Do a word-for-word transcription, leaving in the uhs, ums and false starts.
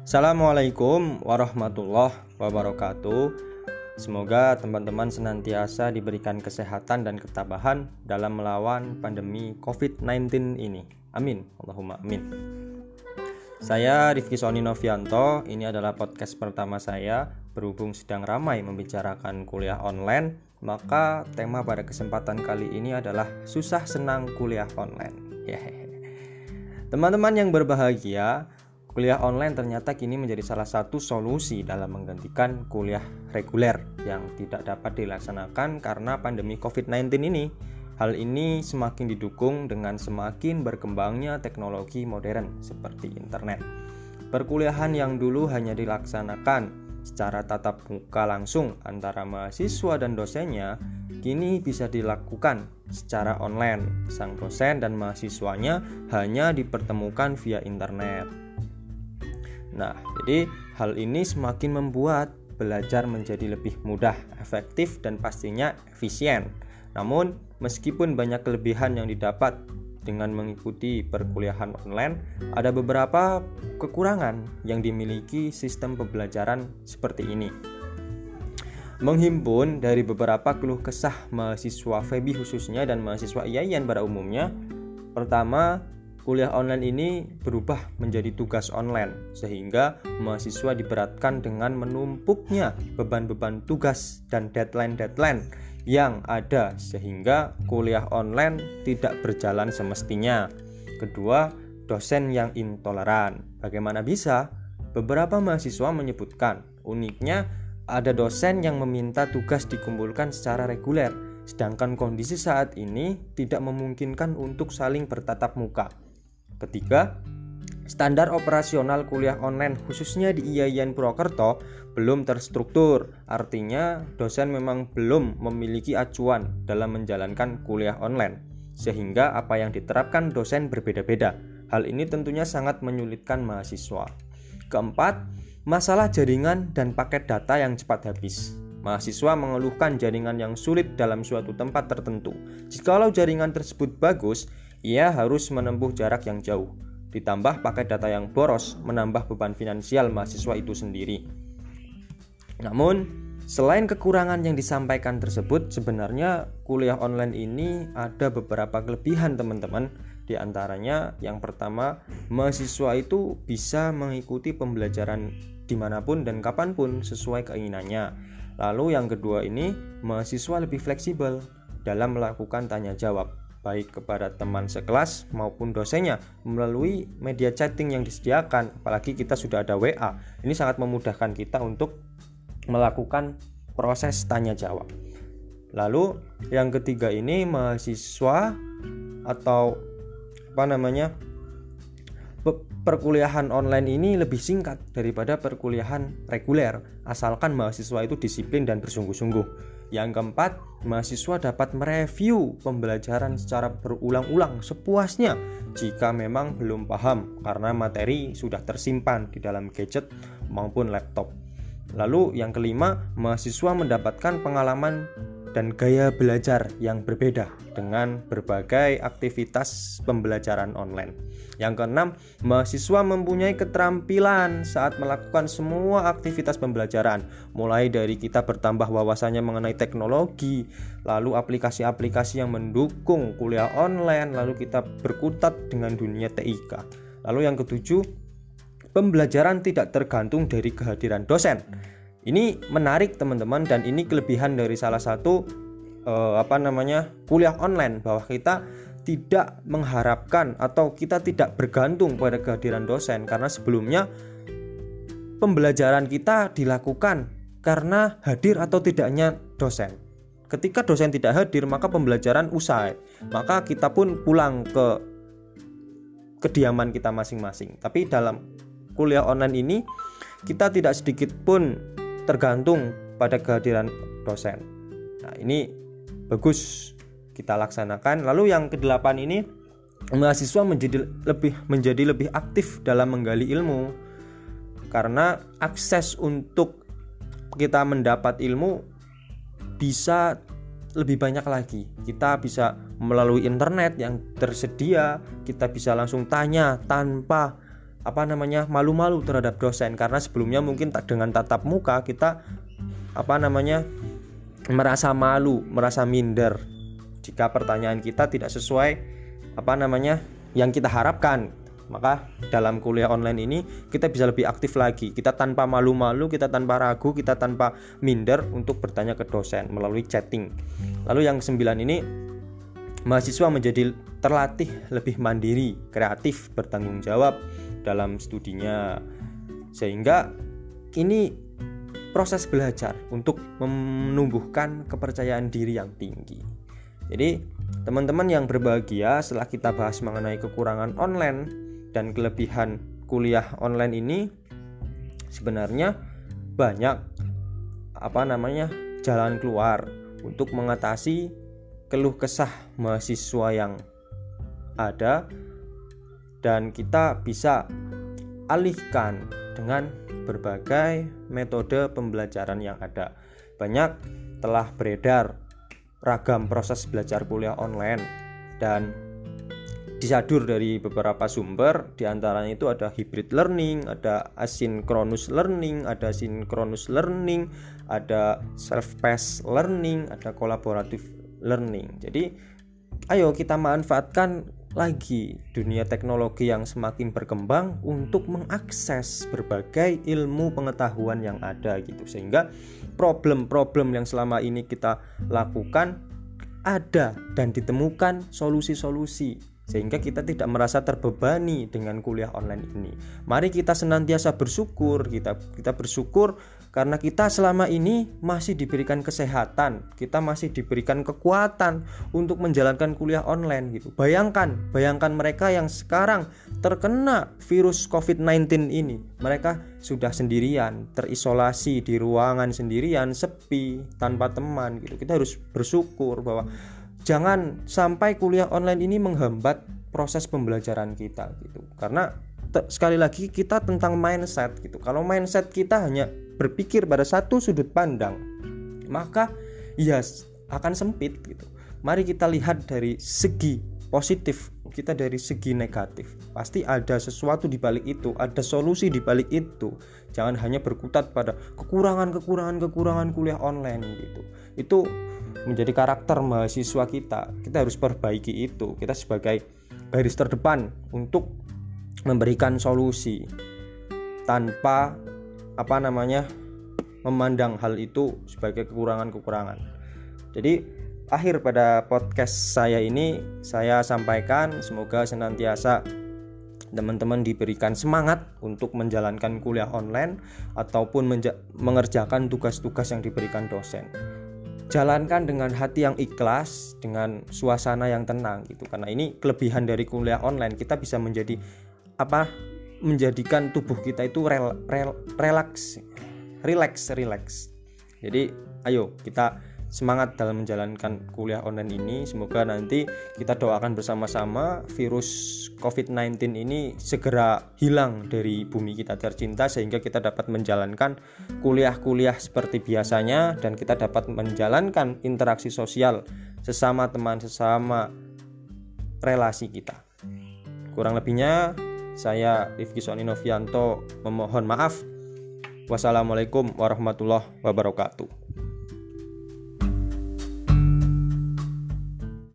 Assalamualaikum warahmatullahi wabarakatuh. Semoga teman-teman senantiasa diberikan kesehatan dan ketabahan dalam melawan pandemi covid sembilan belas ini. Amin, Allahumma amin. Saya Rifki Sony Novianto. Ini adalah podcast pertama saya. Berhubung sedang ramai membicarakan kuliah online, maka tema pada kesempatan kali ini adalah susah senang kuliah online. Hehehe. Teman-teman yang berbahagia, kuliah online ternyata kini menjadi salah satu solusi dalam menggantikan kuliah reguler yang tidak dapat dilaksanakan karena pandemi covid sembilan belas ini. Hal ini semakin didukung dengan semakin berkembangnya teknologi modern seperti internet. Perkuliahan yang dulu hanya dilaksanakan secara tatap muka langsung antara mahasiswa dan dosennya, kini bisa dilakukan secara online. Sang dosen dan mahasiswanya hanya dipertemukan via internet. Nah, jadi hal ini semakin membuat belajar menjadi lebih mudah, efektif, dan pastinya efisien. Namun, meskipun banyak kelebihan yang didapat dengan mengikuti perkuliahan online, ada beberapa kekurangan yang dimiliki sistem pembelajaran seperti ini. Menghimpun dari beberapa keluh kesah mahasiswa F E B I khususnya dan mahasiswa I A I N pada umumnya. Pertama, kuliah online ini berubah menjadi tugas online, sehingga mahasiswa diberatkan dengan menumpuknya beban-beban tugas dan deadline-deadline yang ada, sehingga kuliah online tidak berjalan semestinya. Kedua, dosen yang intoleran. Bagaimana bisa? Beberapa mahasiswa menyebutkan, uniknya ada dosen yang meminta tugas dikumpulkan secara reguler, sedangkan kondisi saat ini tidak memungkinkan untuk saling bertatap muka. Ketiga, standar operasional kuliah online khususnya di I A I N Purwokerto belum terstruktur. Artinya dosen memang belum memiliki acuan dalam menjalankan kuliah online, sehingga apa yang diterapkan dosen berbeda-beda. Hal ini tentunya sangat menyulitkan mahasiswa. Keempat, masalah jaringan dan paket data yang cepat habis. Mahasiswa mengeluhkan jaringan yang sulit dalam suatu tempat tertentu. Jikalau jaringan tersebut bagus, ia harus menempuh jarak yang jauh. Ditambah paket data yang boros menambah beban finansial mahasiswa itu sendiri. Namun, selain kekurangan yang disampaikan tersebut, sebenarnya kuliah online ini ada beberapa kelebihan teman-teman. Di antaranya, yang pertama, mahasiswa itu bisa mengikuti pembelajaran dimanapun dan kapanpun sesuai keinginannya. Lalu yang kedua ini, mahasiswa lebih fleksibel dalam melakukan tanya jawab, baik kepada teman sekelas maupun dosennya melalui media chatting yang disediakan. Apalagi kita sudah ada W A, ini sangat memudahkan kita untuk melakukan proses tanya jawab. Lalu yang ketiga ini, mahasiswa atau apa namanya perkuliahan online ini lebih singkat daripada perkuliahan reguler, asalkan mahasiswa itu disiplin dan bersungguh-sungguh. Yang keempat, mahasiswa dapat mereview pembelajaran secara berulang-ulang sepuasnya jika memang belum paham, karena materi sudah tersimpan di dalam gadget maupun laptop. Lalu yang kelima, mahasiswa mendapatkan pengalaman dan gaya belajar yang berbeda dengan berbagai aktivitas pembelajaran online. Yang keenam, mahasiswa mempunyai keterampilan saat melakukan semua aktivitas pembelajaran, mulai dari kita bertambah wawasannya mengenai teknologi, lalu aplikasi-aplikasi yang mendukung kuliah online, lalu kita berkutat dengan dunia T I K. Lalu yang ketujuh, pembelajaran tidak tergantung dari kehadiran dosen. Ini menarik teman-teman, dan ini kelebihan dari salah satu eh, apa namanya kuliah online, bahwa kita tidak mengharapkan atau kita tidak bergantung pada kehadiran dosen, karena sebelumnya pembelajaran kita dilakukan karena hadir atau tidaknya dosen. Ketika dosen tidak hadir, maka pembelajaran usai, maka kita pun pulang ke kediaman kita masing-masing. Tapi dalam kuliah online ini kita tidak sedikit pun tergantung pada kehadiran dosen. Nah, ini bagus kita laksanakan. Lalu yang kedelapan ini, mahasiswa menjadi lebih menjadi lebih aktif dalam menggali ilmu, karena akses untuk kita mendapat ilmu bisa lebih banyak lagi. Kita bisa melalui internet yang tersedia, kita bisa langsung tanya tanpa apa namanya malu-malu terhadap dosen, karena sebelumnya mungkin tak dengan tatap muka kita apa namanya merasa malu, merasa minder jika pertanyaan kita tidak sesuai apa namanya yang kita harapkan. Maka dalam kuliah online ini kita bisa lebih aktif lagi. Kita tanpa malu-malu, kita tanpa ragu, kita tanpa minder untuk bertanya ke dosen melalui chatting. Lalu yang kesembilan ini, mahasiswa menjadi terlatih lebih mandiri, kreatif, bertanggung jawab dalam studinya. Sehingga ini proses belajar untuk menumbuhkan kepercayaan diri yang tinggi. Jadi teman-teman yang berbahagia, setelah kita bahas mengenai kekurangan online dan kelebihan kuliah online ini, sebenarnya banyak apa namanya jalan keluar untuk mengatasi keluh kesah mahasiswa yang ada, dan kita bisa alihkan dengan berbagai metode pembelajaran yang ada. Banyak telah beredar ragam proses belajar kuliah online dan disadur dari beberapa sumber. Di antaranya itu ada hybrid learning, ada asynchronous learning, ada synchronous learning, ada self-paced learning, ada collaborative learning. Jadi ayo kita manfaatkan lagi dunia teknologi yang semakin berkembang untuk mengakses berbagai ilmu pengetahuan yang ada gitu, sehingga problem-problem yang selama ini kita lakukan ada dan ditemukan solusi-solusi, sehingga kita tidak merasa terbebani dengan kuliah online ini. Mari kita senantiasa bersyukur, kita kita bersyukur karena kita selama ini masih diberikan kesehatan, kita masih diberikan kekuatan untuk menjalankan kuliah online gitu. Bayangkan, bayangkan mereka yang sekarang terkena virus covid sembilan belas ini. Mereka sudah sendirian, terisolasi di ruangan sendirian, sepi, tanpa teman gitu. Kita harus bersyukur bahwa jangan sampai kuliah online ini menghambat proses pembelajaran kita gitu. Karena te- sekali lagi kita tentang mindset gitu. Kalau mindset kita hanya berpikir pada satu sudut pandang, maka ya akan sempit gitu. Mari kita lihat dari segi positif, kita dari segi negatif. Pasti ada sesuatu di balik itu, ada solusi di balik itu. Jangan hanya berkutat pada kekurangan-kekurangan-kekurangan kuliah online gitu. Itu menjadi karakter mahasiswa kita. Kita harus perbaiki itu. Kita sebagai garis terdepan untuk memberikan solusi tanpa apa namanya memandang hal itu sebagai kekurangan-kekurangan. Jadi akhir pada podcast saya ini saya sampaikan, semoga senantiasa teman-teman diberikan semangat untuk menjalankan kuliah online ataupun menja- mengerjakan tugas-tugas yang diberikan dosen. Jalankan dengan hati yang ikhlas, dengan suasana yang tenang gitu. Karena ini kelebihan dari kuliah online, kita bisa menjadi apa? menjadikan tubuh kita itu rel, rel, relaks, relax, relax. Jadi ayo kita semangat dalam menjalankan kuliah online ini. Semoga nanti kita doakan bersama-sama virus covid sembilan belas ini segera hilang dari bumi kita tercinta, sehingga kita dapat menjalankan kuliah-kuliah seperti biasanya dan kita dapat menjalankan interaksi sosial sesama teman, sesama relasi kita. Kurang lebihnya saya Rifki Soni Novianto memohon maaf. Wassalamualaikum warahmatullahi wabarakatuh.